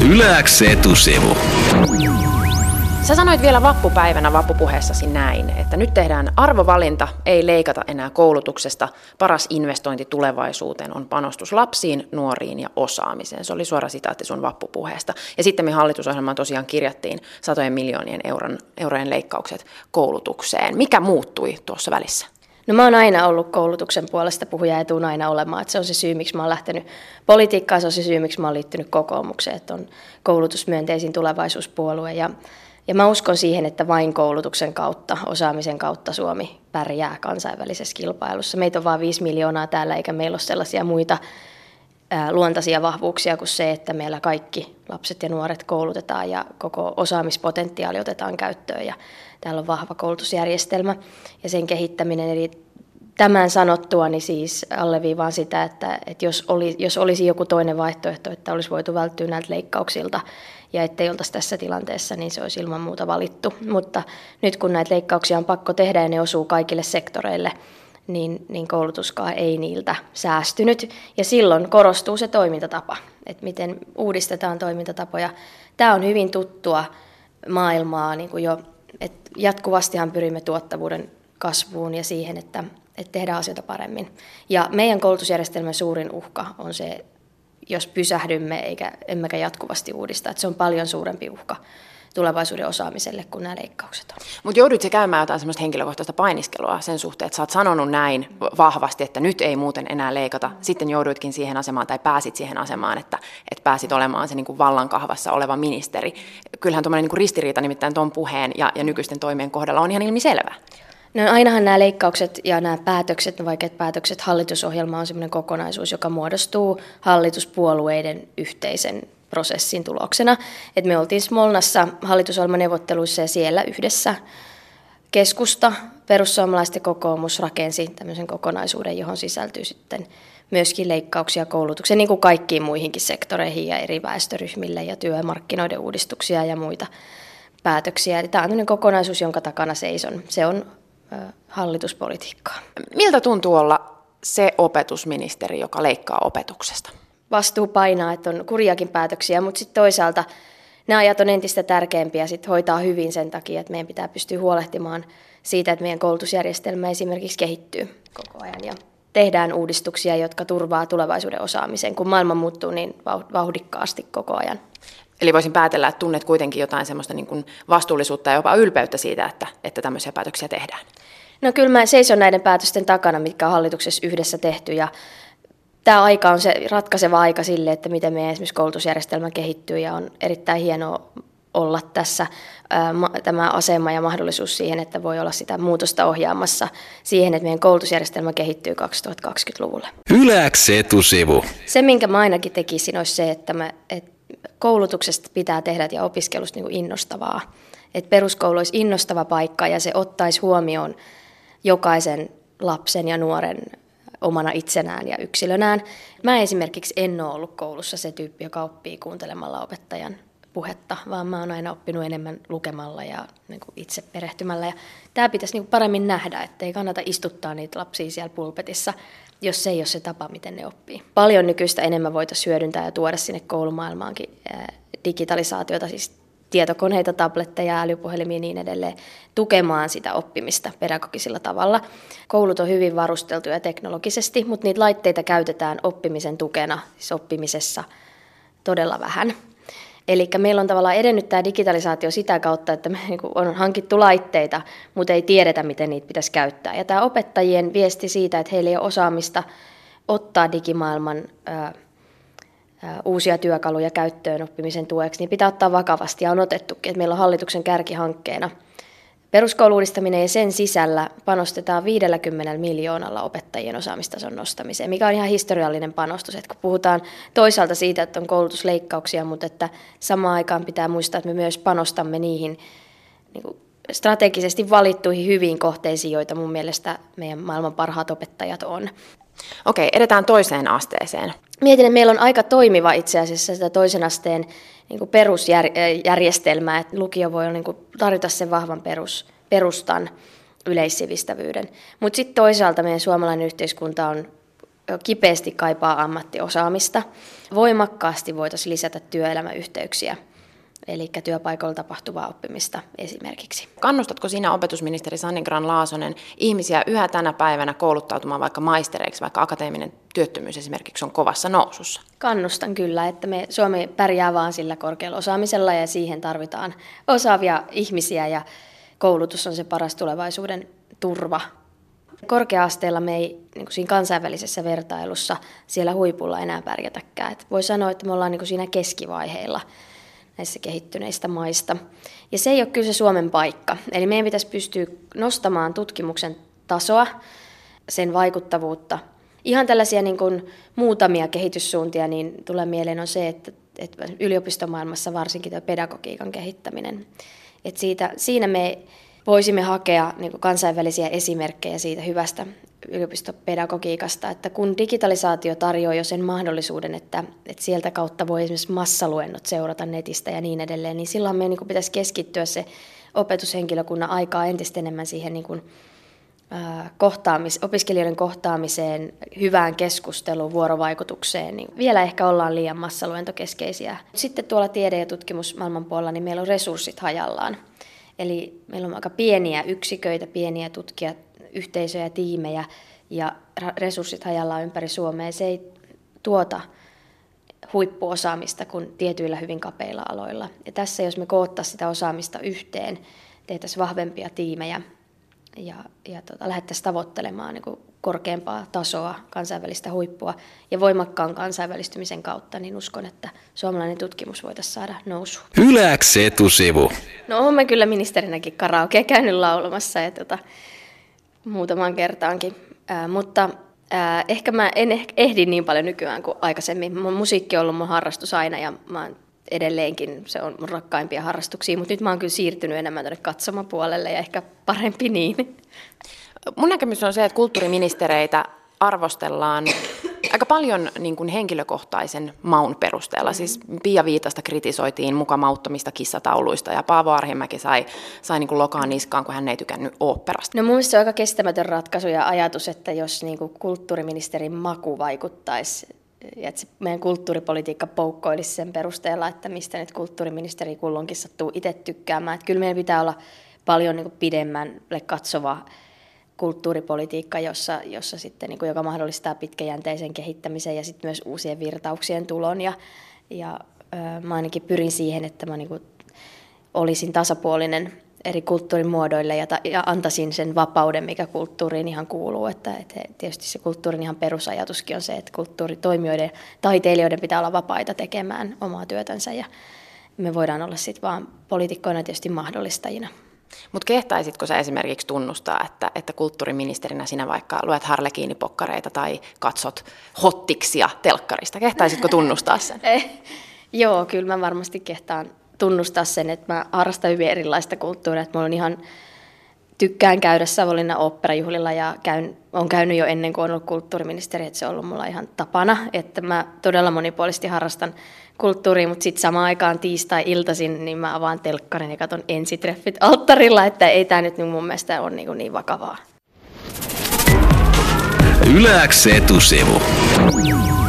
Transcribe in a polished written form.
Yle X etusivu. Sä sanoit vielä vappupäivänä vappupuheessasi näin, että nyt tehdään arvovalinta, ei leikata enää koulutuksesta. Paras investointi tulevaisuuteen on panostus lapsiin, nuoriin ja osaamiseen. Se oli suora sitaatti sun vappupuheesta. Ja sitten me hallitusohjelmaan tosiaan kirjattiin satojen miljoonien eurojen leikkaukset koulutukseen. Mikä muuttui tuossa välissä? No mä oon aina ollut koulutuksen puolesta puhuja ja tuun aina olemaan. Että se on se syy, miksi mä oon lähtenyt politiikkaan, se on se syy, miksi mä oon liittynyt kokoomukseen, että on koulutusmyönteisin tulevaisuuspuolue. Ja mä uskon siihen, että vain koulutuksen kautta, osaamisen kautta Suomi pärjää kansainvälisessä kilpailussa. Meitä on vain 5 miljoonaa täällä, eikä meillä ole sellaisia muita luontaisia vahvuuksia kuin se, että meillä kaikki lapset ja nuoret koulutetaan ja koko osaamispotentiaali otetaan käyttöön. Ja täällä on vahva koulutusjärjestelmä ja sen kehittäminen. Eli tämän sanottua niin siis alleviivaan sitä, että jos olisi joku toinen vaihtoehto, että olisi voitu välttyä näiltä leikkauksilta ja ettei oltaisi tässä tilanteessa, niin se olisi ilman muuta valittu. Mutta nyt kun näitä leikkauksia on pakko tehdä ja ne osuu kaikille sektoreille, niin koulutuskaan ei niiltä säästynyt. Ja silloin korostuu se toimintatapa, että miten uudistetaan toimintatapoja. Tämä on hyvin tuttua maailmaa, niin kuin jo, että jatkuvastihan pyrimme tuottavuuden kasvuun ja siihen, että tehdään asioita paremmin. Ja meidän koulutusjärjestelmän suurin uhka on se, jos pysähdymme emmekä jatkuvasti uudista, että se on paljon suurempi uhka tulevaisuuden osaamiselle kuin nämä leikkaukset on. Mutta joudutko käymään jotain semmoista henkilökohtaista painiskelua sen suhteen, että sä oot sanonut näin vahvasti, että nyt ei muuten enää leikata, sitten jouduitkin siihen asemaan tai pääsit siihen asemaan, että pääsit olemaan se niin kuin vallankahvassa oleva ministeri. Kyllähän tuommoinen niin kuin ristiriita nimittäin tuon puheen ja nykyisten toimien kohdalla on ihan ilmiselvä. No ainahan nämä leikkaukset ja nämä päätökset, ne vaikeat päätökset, hallitusohjelma on sellainen kokonaisuus, joka muodostuu hallituspuolueiden yhteisen prosessin tuloksena. Et me oltiin Smolnassa hallitusohjelmaneuvotteluissa ja siellä yhdessä keskusta, perussuomalaiset ja kokoomus rakensi tämmöisen kokonaisuuden, johon sisältyy sitten myöskin leikkauksia koulutukseen, niin kuin kaikkiin muihinkin sektoreihin ja eri väestöryhmille ja työmarkkinoiden uudistuksia ja muita päätöksiä. Eli tämä on tämmöinen kokonaisuus, jonka takana seison. Se on hallituspolitiikkaa. Miltä tuntuu olla se opetusministeri, joka leikkaa opetuksesta? Vastuu painaa, että on kurjakin päätöksiä, mutta sitten toisaalta nämä ajat on entistä tärkeämpiä sit hoitaa hyvin sen takia, että meidän pitää pystyä huolehtimaan siitä, että meidän koulutusjärjestelmä esimerkiksi kehittyy koko ajan ja tehdään uudistuksia, jotka turvaa tulevaisuuden osaamisen, kun maailma muuttuu niin vauhdikkaasti koko ajan. Eli voisin päätellä, että tunnet kuitenkin jotain semmoista niin kuin vastuullisuutta ja jopa ylpeyttä siitä, että tämmöisiä päätöksiä tehdään. No kyllä mä seison näiden päätösten takana, mitkä on hallituksessa yhdessä tehty ja tämä aika on se ratkaiseva aika sille, että miten meidän esimerkiksi koulutusjärjestelmä kehittyy ja on erittäin hienoa olla tässä tämä asema ja mahdollisuus siihen, että voi olla sitä muutosta ohjaamassa siihen, että meidän koulutusjärjestelmä kehittyy 2020-luvulle. Yle X etusivu. Se, minkä mä ainakin tekisin, olisi se, että koulutuksesta pitää tehdä ja opiskelusta niin kuin innostavaa. Että peruskoulu olisi innostava paikka ja se ottaisi huomioon jokaisen lapsen ja nuoren omana itsenään ja yksilönään. Mä esimerkiksi en ole ollut koulussa se tyyppi, joka oppii kuuntelemalla opettajan puhetta, vaan mä oon aina oppinut enemmän lukemalla ja niin kuin itse perehtymällä. Ja tämä pitäisi niin kuin paremmin nähdä, ettei kannata istuttaa niitä lapsia siellä pulpetissa, jos se ei ole se tapa, miten ne oppii. Paljon nykyistä enemmän voitaisiin hyödyntää ja tuoda sinne koulumaailmaankin digitalisaatiota, siis tietokoneita, tabletteja, älypuhelimia ja niin edelleen, tukemaan sitä oppimista pedagogisella tavalla. Koulut on hyvin varusteltuja teknologisesti, mutta niitä laitteita käytetään oppimisen tukena, siis oppimisessa todella vähän. Eli meillä on tavallaan edennyt tämä digitalisaatio sitä kautta, että me on hankittu laitteita, mutta ei tiedetä, miten niitä pitäisi käyttää. Ja tämä opettajien viesti siitä, että heillä ei ole osaamista ottaa digimaailman uusia työkaluja käyttöön oppimisen tueksi, niin pitää ottaa vakavasti ja on otettukin, että meillä on hallituksen kärkihankkeena peruskoulu-uudistaminen ja sen sisällä panostetaan 50 miljoonalla opettajien osaamistason nostamiseen, mikä on ihan historiallinen panostus, että kun puhutaan toisaalta siitä, että on koulutusleikkauksia, mutta että samaan aikaan pitää muistaa, että me myös panostamme niihin niin kuin strategisesti valittuihin hyviin kohteisiin, joita mun mielestä meidän maailman parhaat opettajat on. Okei, edetään toiseen asteeseen. Mietin, että meillä on aika toimiva itse asiassa sitä toisen asteen niin kuin perusjärjestelmää, että lukio voi niin kuin tarjota sen vahvan perustan yleissivistävyyden. Mutta sitten toisaalta meidän suomalainen yhteiskunta on kipeästi kaipaa ammattiosaamista. Voimakkaasti voitaisiin lisätä työelämäyhteyksiä, eli työpaikoilla tapahtuvaa oppimista esimerkiksi. Kannustatko sinä, opetusministeri Sanni Grahn-Laasonen, ihmisiä yhä tänä päivänä kouluttautumaan vaikka maistereiksi, vaikka akateeminen työttömyys esimerkiksi on kovassa nousussa? Kannustan kyllä, että Suomi pärjää vaan sillä korkealla osaamisella ja siihen tarvitaan osaavia ihmisiä ja koulutus on se paras tulevaisuuden turva. Korkea-asteella me ei niin kuin siinä kansainvälisessä vertailussa siellä huipulla enää pärjätäkään. Voi sanoa, että me ollaan niin kuin siinä keskivaiheilla näissä kehittyneistä maista. Ja se ei ole kyllä se Suomen paikka. Eli meidän pitäisi pystyä nostamaan tutkimuksen tasoa, sen vaikuttavuutta. Ihan tällaisia niin kuin muutamia kehityssuuntia niin tulee mieleen on se, että yliopistomaailmassa varsinkin tuo pedagogiikan kehittäminen. Että siinä me voisimme hakea niin kuin kansainvälisiä esimerkkejä siitä hyvästä yliopistopedagogiikasta, että kun digitalisaatio tarjoaa jo sen mahdollisuuden, että sieltä kautta voi esimerkiksi massaluennot seurata netistä ja niin edelleen, niin silloin meidän niin pitäisi keskittyä se opetushenkilökunnan aikaa entistä enemmän siihen niin kuin, opiskelijoiden kohtaamiseen, hyvään keskusteluun, vuorovaikutukseen, niin vielä ehkä ollaan liian massaluentokeskeisiä. Sitten tuolla tiede- ja tutkimusmaailman puolella niin meillä on resurssit hajallaan. Eli meillä on aika pieniä yksiköitä, pieniä tutkijayhteisöjä, tiimejä ja resurssit hajallaan ympäri Suomea. Se ei tuota huippuosaamista kuin tietyillä hyvin kapeilla aloilla. Ja tässä jos me koottaisiin sitä osaamista yhteen, tehtäisiin vahvempia tiimejä ja lähdettäisiin tavoittelemaan niin kuin korkeampaa tasoa, kansainvälistä huippua ja voimakkaan kansainvälistymisen kautta, niin uskon, että suomalainen tutkimus voitaisiin saada nousuun. Yläks etusivu. No olen kyllä ministerinäkin karaokea käynyt laulamassa ja muutaman kertaankin, mutta ehkä mä en ehdi niin paljon nykyään kuin aikaisemmin. Musiikki on ollut mun harrastus aina ja mä edelleenkin se on mun rakkaimpia harrastuksia, mutta nyt mä oon kyllä siirtynyt enemmän tuonne katsomapuolelle ja ehkä parempi niin. Mun näkemys on se, että kulttuuriministereitä arvostellaan aika paljon niin kuin henkilökohtaisen maun perusteella. Siis Pia Viitasta kritisoitiin muka mauttomista kissatauluista ja Paavo Arhimäki sai niin kuin lokaan niskaan, kun hän ei tykännyt oopperasta. No mun mielestä se on aika kestämätön ratkaisu ja ajatus, että jos niin kuin kulttuuriministerin maku vaikuttaisi ja että se meidän kulttuuripolitiikka poukkoilisi sen perusteella, että mistä nyt kulttuuriministeri kulloinkin sattuu itse tykkäämään. Että kyllä meidän pitää olla paljon niin kuin pidemmälle katsova kulttuuripolitiikka, jossa sitten, niin kuin, joka mahdollistaa pitkäjänteisen kehittämisen ja sitten myös uusien virtauksien tulon. Ja mä ainakin pyrin siihen, että mä niin kuin olisin tasapuolinen eri kulttuurimuodoille ja antaisin sen vapauden, mikä kulttuuriin ihan kuuluu. Että tietysti se kulttuurin ihan perusajatuskin on se, että kulttuuritoimijoiden, taiteilijoiden pitää olla vapaita tekemään omaa työtänsä ja me voidaan olla sitten vaan poliitikkoina tietysti mahdollistajina. Mutta kehtaisitko sä esimerkiksi tunnustaa, että kulttuuriministerinä sinä vaikka luet harlekiinipokkareita tai katsot hottiksia telkkarista? Kehtaisitko tunnustaa sen? Joo, kyllä mä varmasti kehtaan tunnustaa sen, että mä harrastan hyvin erilaista kulttuuria. Että tykkään käydä Savonlinnan oopperajuhlilla ja olen käynyt jo ennen kuin olen ollut kulttuuriministeri, että se on ollut mulla ihan tapana. Että mä todella monipuolisesti harrastan kulttuuria, mutta sitten samaan aikaan tiistai-iltaisin niin mä avaan telkkarin ja katson ensitreffit alttarilla, että ei tämä nyt mun mielestä ole niin vakavaa. Yläks etusivu.